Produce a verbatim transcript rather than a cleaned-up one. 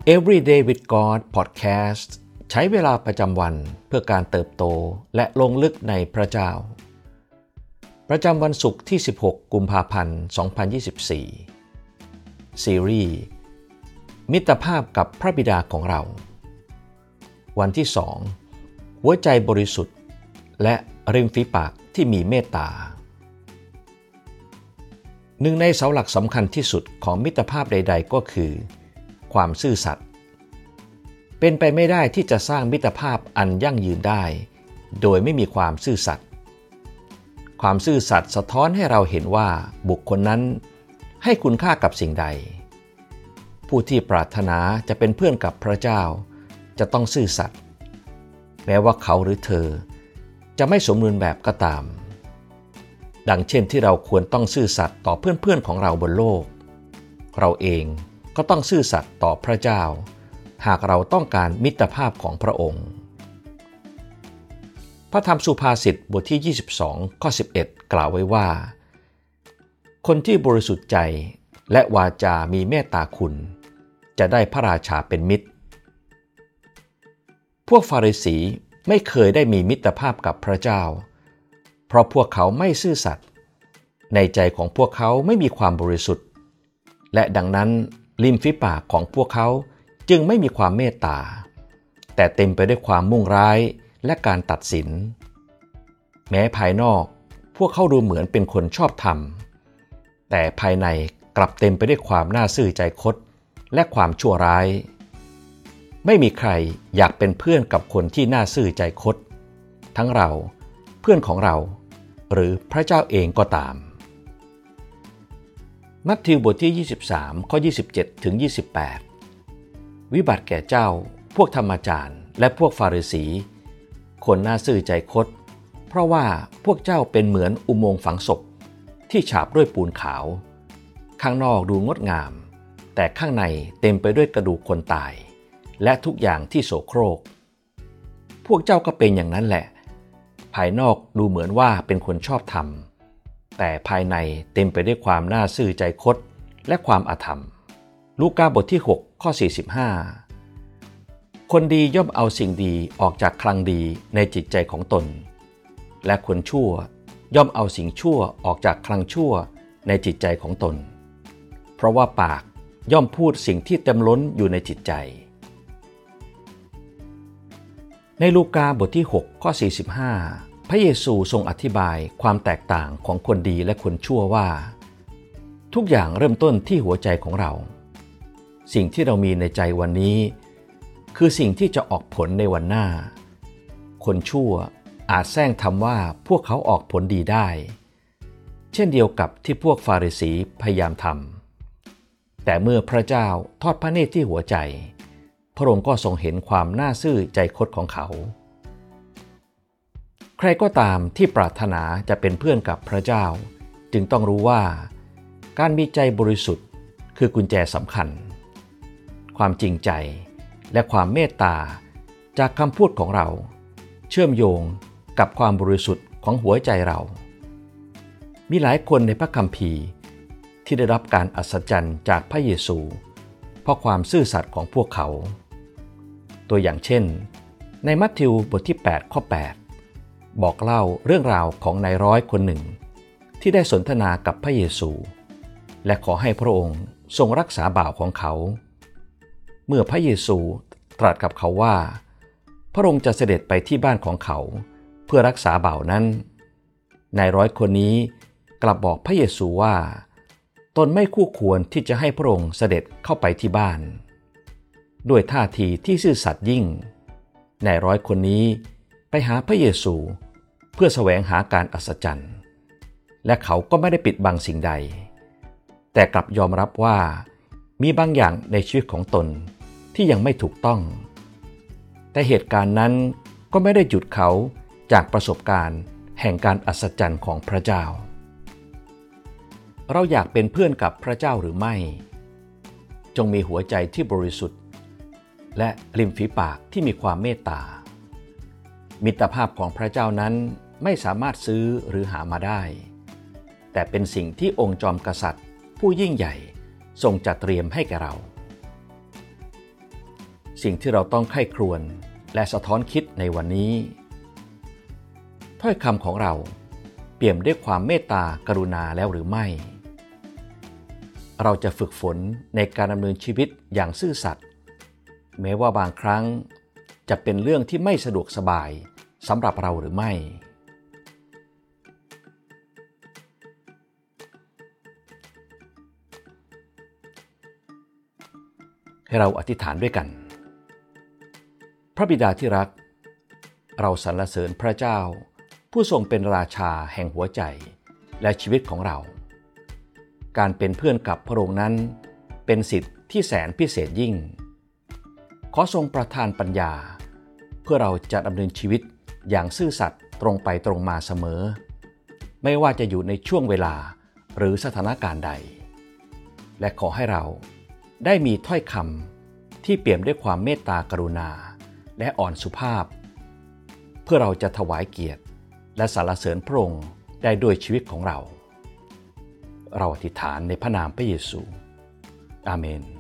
Everyday with God Podcast ใช้เวลาประจำวันเพื่อการเติบโตและลงลึกในพระเจ้าประจำวันศุกร์ที่สิบหกกุมภาพันธ์สองพันยี่สิบสี่ซีรีส์มิตรภาพกับพระบิดาของเราวันที่สองหัวใจบริสุทธิ์และริมฝีปากที่มีเมตตาหนึ่งในเสาหลักสำคัญที่สุดของมิตรภาพใดๆก็คือความซื่อสัตย์เป็นไปไม่ได้ที่จะสร้างมิตรภาพอันยั่งยืนได้โดยไม่มีความซื่อสัตย์ความซื่อสัตย์สะท้อนให้เราเห็นว่าบุคคลนั้นให้คุณค่ากับสิ่งใดผู้ที่ปรารถนาจะเป็นเพื่อนกับพระเจ้าจะต้องซื่อสัตย์แม้ว่าเขาหรือเธอจะไม่สมบูรณ์แบบก็ตามดังเช่นที่เราควรต้องซื่อสัตย์ต่อเพื่อนๆของเราบนโลกเราเองก็ต้องซื่อสัตย์ต่อพระเจ้าหากเราต้องการมิตรภาพของพระองค์พระธรรมสุภาษิตบทที่ยี่สิบสองข้อสิบเอ็ดกล่าวไว้ว่าคนที่บริสุทธิ์ใจและวาจามีเมตตาคุณจะได้พระราชาเป็นมิตรพวกฟาริสีไม่เคยได้มีมิตรภาพกับพระเจ้าเพราะพวกเขาไม่ซื่อสัตย์ในใจของพวกเขาไม่มีความบริสุทธิ์และดังนั้นริมฝีปากของพวกเขาจึงไม่มีความเมตตาแต่เต็มไปด้วยความมุ่งร้ายและการตัดสินแม้ภายนอกพวกเขาดูเหมือนเป็นคนชอบธรรมแต่ภายในกลับเต็มไปด้วยความน่าซื่อใจคดและความชั่วร้ายไม่มีใครอยากเป็นเพื่อนกับคนที่น่าซื่อใจคดทั้งเราเพื่อนของเราหรือพระเจ้าเองก็ตามมัทธิวบทที่ยี่สิบสามข้อยี่สิบเจ็ดถึงยี่สิบแปดวิบัติแก่เจ้าพวกธรรมจารย์และพวกฟาริสีคนน่าซื่อใจคดเพราะว่าพวกเจ้าเป็นเหมือนอุโมงค์ฝังศพที่ฉาบด้วยปูนขาวข้างนอกดูงดงามแต่ข้างในเต็มไปด้วยกระดูกคนตายและทุกอย่างที่โสโครกพวกเจ้าก็เป็นอย่างนั้นแหละภายนอกดูเหมือนว่าเป็นคนชอบธรรมแต่ภายในเต็มไปด้วยความน่าซื่อใจคดและความอธรรมลูกาบทที่หกข้อสี่สิบห้าคนดีย่อมเอาสิ่งดีออกจากคลังดีในจิตใจของตนและคนชั่วย่อมเอาสิ่งชั่วออกจากคลังชั่วในจิตใจของตนเพราะว่าปากย่อมพูดสิ่งที่เต็มล้นอยู่ในจิตใจในลูกาบทที่หกข้อสี่สิบห้าพระเยซูทรงอธิบายความแตกต่างของคนดีและคนชั่วว่าทุกอย่างเริ่มต้นที่หัวใจของเราสิ่งที่เรามีในใจวันนี้คือสิ่งที่จะออกผลในวันหน้าคนชั่วอาจแซงทำว่าพวกเขาออกผลดีได้เช่นเดียวกับที่พวกฟาริสีพยายามทำแต่เมื่อพระเจ้าทอดพระเนตรที่หัวใจพระองค์ก็ทรงเห็นความน่าซื่อใจคดของเขาใครก็ตามที่ปรารถนาจะเป็นเพื่อนกับพระเจ้าจึงต้องรู้ว่าการมีใจบริสุทธิ์คือกุญแจสำคัญความจริงใจและความเมตตาจากคำพูดของเราเชื่อมโยงกับความบริสุทธิ์ของหัวใจเรามีหลายคนในพระคัมภีร์ที่ได้รับการอัศจรรย์จากพระเยซูเพราะความซื่อสัตย์ของพวกเขาตัวอย่างเช่นในมัทธิวบทที่แปดข้อแปดบอกเล่าเรื่องราวของนายร้อยคนหนึ่งที่ได้สนทนากับพระเยซูและขอให้พระองค์ทรงรักษาบ่าวของเขาเมื่อพระเยซูตรัสกับเขาว่าพระองค์จะเสด็จไปที่บ้านของเขาเพื่อรักษาบ่าวนั้นนายร้อยคนนี้กลับบอกพระเยซูว่าตนไม่คู่ควรที่จะให้พระองค์เสด็จเข้าไปที่บ้านด้วยท่าทีที่ซื่อสัตย์ยิ่งนายร้อยคนนี้ไปหาพระเยซูเพื่อแสวงหาการอัศจรรย์และเขาก็ไม่ได้ปิดบังสิ่งใดแต่กลับยอมรับว่ามีบางอย่างในชีวิตของตนที่ยังไม่ถูกต้องแต่เหตุการณ์นั้นก็ไม่ได้หยุดเขาจากประสบการณ์แห่งการอัศจรรย์ของพระเจ้าเราอยากเป็นเพื่อนกับพระเจ้าหรือไม่จงมีหัวใจที่บริสุทธิ์และริมฝีปากที่มีความเมตตามิตรภาพของพระเจ้านั้นไม่สามารถซื้อหรือหามาได้แต่เป็นสิ่งที่องค์จอมกษัตริย์ผู้ยิ่งใหญ่ทรงจัดเตรียมให้แก่เราสิ่งที่เราต้องใคร่ครวญและสะท้อนคิดในวันนี้ถ้อยคำของเราเปี่ยมด้วยความเมตตากรุณาแล้วหรือไม่เราจะฝึกฝนในการดำเนินชีวิตอย่างซื่อสัตย์แม้ว่าบางครั้งจะเป็นเรื่องที่ไม่สะดวกสบายสำหรับเราหรือไม่ให้เราอธิษฐานด้วยกันพระบิดาที่รักเราสรรเสริญพระเจ้าผู้ทรงเป็นราชาแห่งหัวใจและชีวิตของเราการเป็นเพื่อนกับพระองค์นั้นเป็นสิทธิ์ที่แสนพิเศษยิ่งขอทรงประทานปัญญาเพื่อเราจะดำเนินชีวิตอย่างซื่อสัตย์ตรงไปตรงมาเสมอไม่ว่าจะอยู่ในช่วงเวลาหรือสถานการณ์ใดและขอให้เราได้มีถ้อยคำที่เปี่ยมด้วยความเมตตากรุณาและอ่อนสุภาพเพื่อเราจะถวายเกียรติและสรรเสริญพระองค์ได้ด้วยชีวิตของเราเราอธิษฐานในพระนามพระเยซูอาเมน